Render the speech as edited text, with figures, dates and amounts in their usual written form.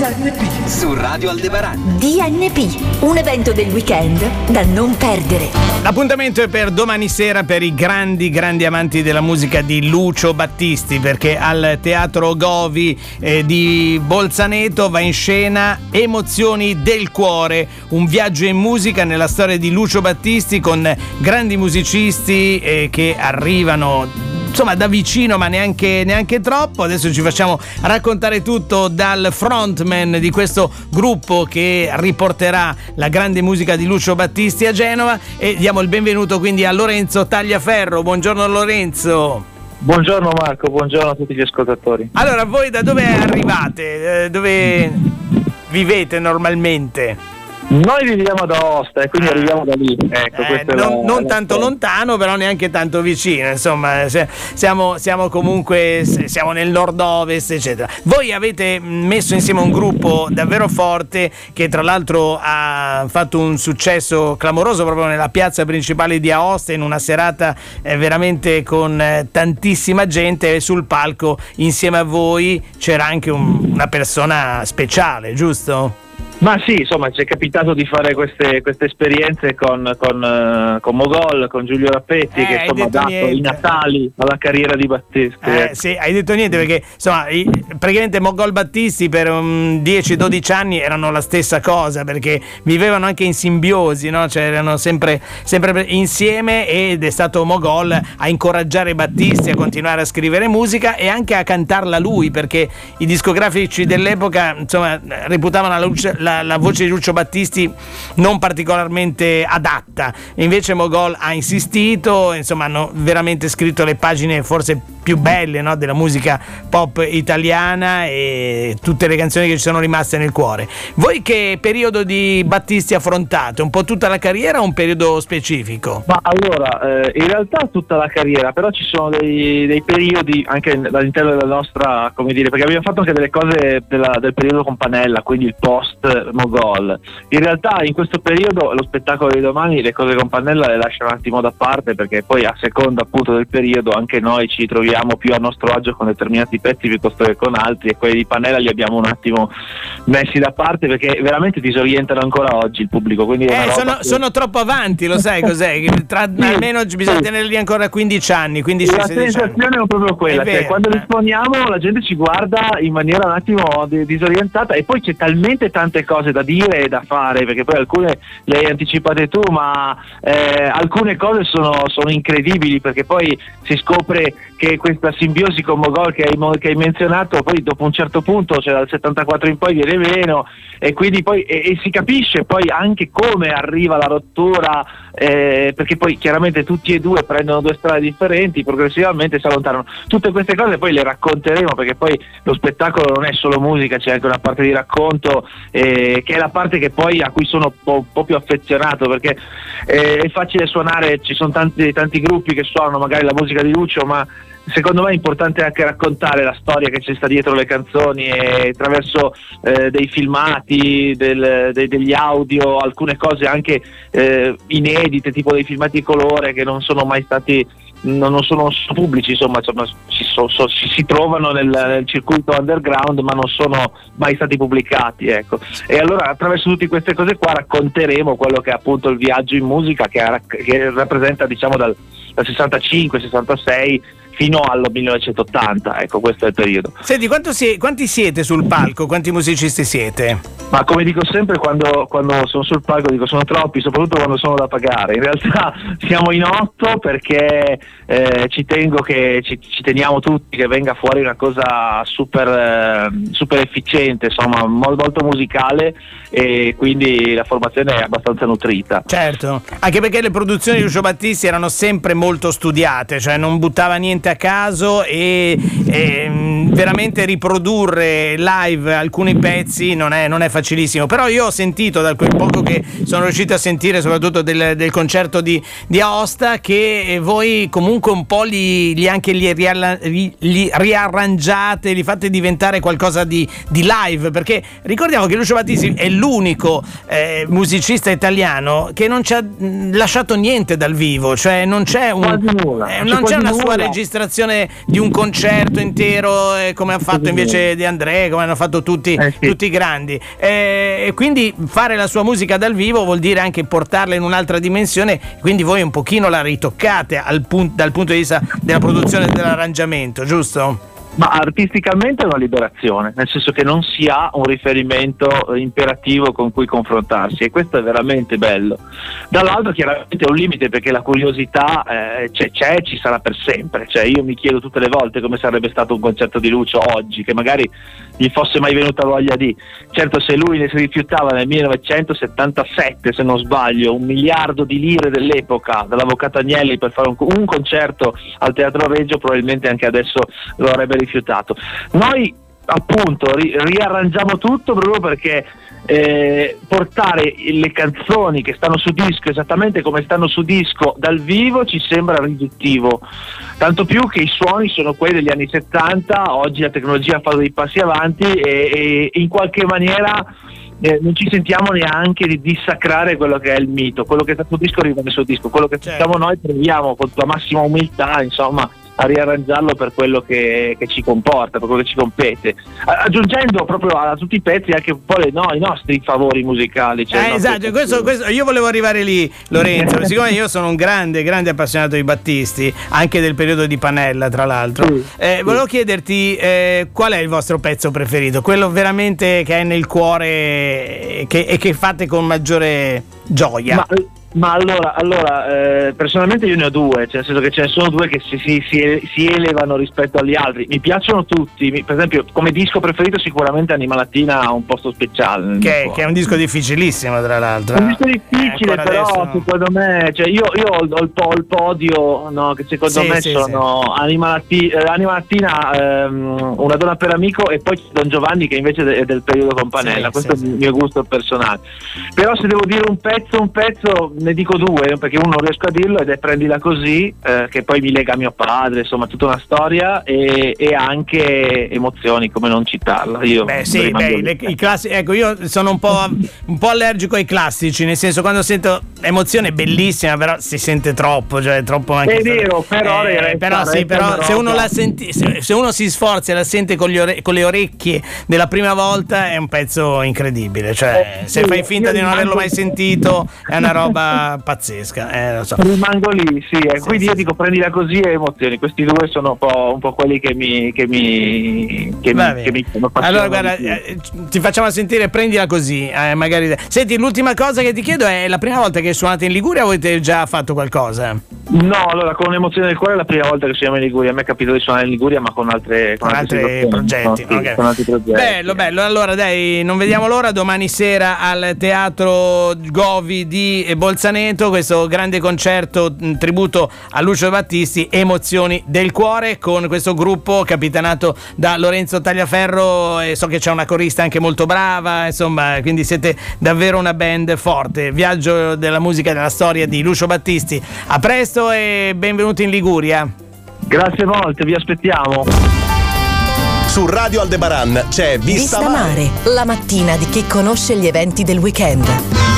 DNP su Radio Aldebaran. DNP, un evento del weekend da non perdere. L'appuntamento è per domani sera per i grandi amanti della musica di Lucio Battisti, perché al Teatro Govi di Bolzaneto va in scena Emozioni del cuore, un viaggio in musica nella storia di Lucio Battisti con grandi musicisti che arrivano insomma da vicino ma neanche troppo. Adesso ci facciamo raccontare tutto dal frontman di questo gruppo che riporterà la grande musica di Lucio Battisti a Genova, e diamo il benvenuto quindi a Lorenzo Tagliaferro. Buongiorno Lorenzo. Buongiorno Marco, buongiorno a tutti gli ascoltatori. Allora, voi da dove arrivate? Dove vivete normalmente? Noi viviamo ad Aosta e quindi arriviamo da lì. Ecco, non tanto lontano, però neanche tanto vicino. Insomma, siamo comunque siamo nel nord-ovest, eccetera. Voi avete messo insieme un gruppo davvero forte che tra l'altro ha fatto un successo clamoroso proprio nella piazza principale di Aosta, in una serata veramente con tantissima gente, e sul palco insieme a voi c'era anche una persona speciale, giusto? Ma sì, insomma, ci è capitato di fare queste esperienze con Mogol, con Giulio Rappetti, che insomma ha dato i natali alla carriera di Battisti. Sì, hai detto niente, perché insomma praticamente Mogol Battisti per 10-12 anni erano la stessa cosa, perché vivevano anche in simbiosi, no? Cioè erano sempre insieme, ed è stato Mogol a incoraggiare Battisti a continuare a scrivere musica e anche a cantarla lui, perché i discografici dell'epoca insomma reputavano la voce di Lucio Battisti non particolarmente adatta. Invece Mogol ha insistito, insomma hanno veramente scritto le pagine forse più belle, no, della musica pop italiana, e tutte le canzoni che ci sono rimaste nel cuore. Voi che periodo di Battisti affrontate? Un po' tutta la carriera o un periodo specifico? Ma allora, in realtà tutta la carriera, però ci sono dei periodi anche all'interno della nostra, come dire, perché abbiamo fatto anche delle cose del periodo con Panella, quindi il post Mogol. In realtà in questo periodo lo spettacolo di domani, le cose con Pannella le lascio un attimo da parte, perché poi a seconda appunto del periodo anche noi ci troviamo più a nostro agio con determinati pezzi piuttosto che con altri, e quelli di Pannella li abbiamo un attimo messi da parte perché veramente disorientano ancora oggi il pubblico, quindi sono troppo avanti, lo sai cos'è? Almeno bisogna tenerli ancora 15 anni, 15-16 anni. La sensazione è proprio quella, cioè, quando li suoniamo la gente ci guarda in maniera un attimo disorientata, e poi c'è talmente tante cose da dire e da fare, perché poi alcune le hai anticipate tu, ma alcune cose sono incredibili, perché poi si scopre che questa simbiosi con Mogol che hai menzionato poi dopo un certo punto, cioè dal 74 in poi, viene meno, e quindi poi e si capisce poi anche come arriva la rottura, perché poi chiaramente tutti e due prendono due strade differenti, progressivamente si allontanano. Tutte queste cose poi le racconteremo, perché poi lo spettacolo non è solo musica, c'è anche una parte di racconto, che è la parte che poi a cui sono un po' più affezionato, perché è facile suonare, ci sono tanti gruppi che suonano magari la musica di Lucio, ma secondo me è importante anche raccontare la storia che ci sta dietro le canzoni, e attraverso dei filmati, degli audio, alcune cose anche inedite, tipo dei filmati di colore che non sono mai stati, non sono pubblici, insomma si trovano nel circuito underground, ma non sono mai stati pubblicati, ecco. E allora attraverso tutte queste cose qua racconteremo quello che è appunto il viaggio in musica, che rappresenta, diciamo, dal 65-66 fino al 1980, ecco, questo è il periodo. Senti, quanti siete sul palco? Quanti musicisti siete? Ma come dico sempre quando sono sul palco, dico sono troppi, soprattutto quando sono da pagare. In realtà siamo in 8 perché ci teniamo tutti che venga fuori una cosa super efficiente, insomma, molto musicale, e quindi la formazione è abbastanza nutrita. Certo, anche perché le produzioni di Lucio Battisti erano sempre molto studiate, cioè non buttava niente a caso, e veramente riprodurre live alcuni pezzi non è facilissimo. Però io ho sentito, dal quel poco che sono riuscito a sentire, soprattutto del concerto di Aosta, che voi comunque un po' li riarrangiate, li fate diventare qualcosa di live, perché ricordiamo che Lucio Battisti è l'unico musicista italiano che non ci ha lasciato niente dal vivo, cioè non c'è una sua registrazione registrazione di un concerto intero, come ha fatto invece De André, come hanno fatto tutti i grandi, e quindi fare la sua musica dal vivo vuol dire anche portarla in un'altra dimensione, quindi voi un pochino la ritoccate dal punto di vista della produzione e dell'arrangiamento, giusto? Ma artisticamente è una liberazione, nel senso che non si ha un riferimento imperativo con cui confrontarsi, e questo è veramente bello. Dall'altro chiaramente è un limite, perché la curiosità c'è, ci sarà per sempre. Cioè, io mi chiedo tutte le volte come sarebbe stato un concerto di Lucio oggi, che magari gli fosse mai venuta voglia di. Certo, se lui ne si rifiutava nel 1977, se non sbaglio, 1 miliardo di lire dell'epoca dall'avvocato Agnelli per fare un concerto al Teatro Regio, probabilmente anche adesso lo avrebbe rifiutato. Noi appunto riarrangiamo tutto proprio perché portare le canzoni che stanno su disco esattamente come stanno su disco dal vivo ci sembra riduttivo, tanto più che i suoni sono quelli degli anni 70. Oggi la tecnologia ha fatto dei passi avanti e in qualche maniera non ci sentiamo neanche di dissacrare quello che è il mito. Quello che sta sul disco rimane sul disco, quello che facciamo noi proviamo con la massima umiltà, insomma, a riarrangiarlo per quello che ci comporta, per quello che ci compete, aggiungendo proprio a tutti i pezzi anche un po' i nostri favori musicali. Cioè esatto, questo io volevo arrivare lì, Lorenzo. Siccome io sono un grande appassionato di Battisti, anche del periodo di Panella tra l'altro, volevo chiederti qual è il vostro pezzo preferito, quello veramente che è nel cuore e che fate con maggiore gioia. Ma allora personalmente io ne ho due, cioè nel senso che ce ne sono due che si elevano rispetto agli altri. Mi piacciono tutti, per esempio come disco preferito sicuramente Anima Latina ha un posto speciale. Che è un disco difficilissimo tra l'altro. È un disco difficile, però adesso, secondo me, cioè io ho il podio, no, che secondo me sono Anima Latina, Una donna per amico, e poi Don Giovanni, che invece è del periodo con Panella. Questo è il mio gusto personale. Però se devo dire un pezzo ne dico due, perché uno non riesco a dirlo, ed è Prendila così, che poi mi lega a mio padre, insomma tutta una storia, e anche Emozioni, come non citarla. I classici, ecco, io sono un po' allergico ai classici, nel senso, quando sento Emozione è bellissima, però si sente troppo, cioè troppo anche. È vero, però se uno la senti, se uno si sforza e la sente con le orecchie della prima volta, è un pezzo incredibile, cioè se fai finta di non averlo mai sentito è una roba pazzesca, lo so. Rimango lì, quindi io dico Prendila così e Emozioni. Questi due sono un po' quelli che mi allora guarda, ti facciamo sentire Prendila così, magari. Senti, l'ultima cosa che ti chiedo è: la prima volta che suonate in Liguria o avete già fatto qualcosa? No, allora con Emozione del cuore è la prima volta che suoniamo in Liguria. A me è capitato di suonare in Liguria, ma con altri progetti. No? Okay. Con altri progetti. Bello. Allora dai, non vediamo l'ora. Domani sera al Teatro Govi di Bolzaneto, questo grande concerto tributo a Lucio Battisti, Emozioni del cuore, con questo gruppo capitanato da Lorenzo Tagliaferro, e so che c'è una corista anche molto brava, insomma, quindi siete davvero una band forte. Viaggio della musica e della storia di Lucio Battisti. A presto e benvenuti in Liguria. Grazie molte, vi aspettiamo. Su Radio Aldebaran c'è Vista Mare, la mattina di chi conosce gli eventi del weekend.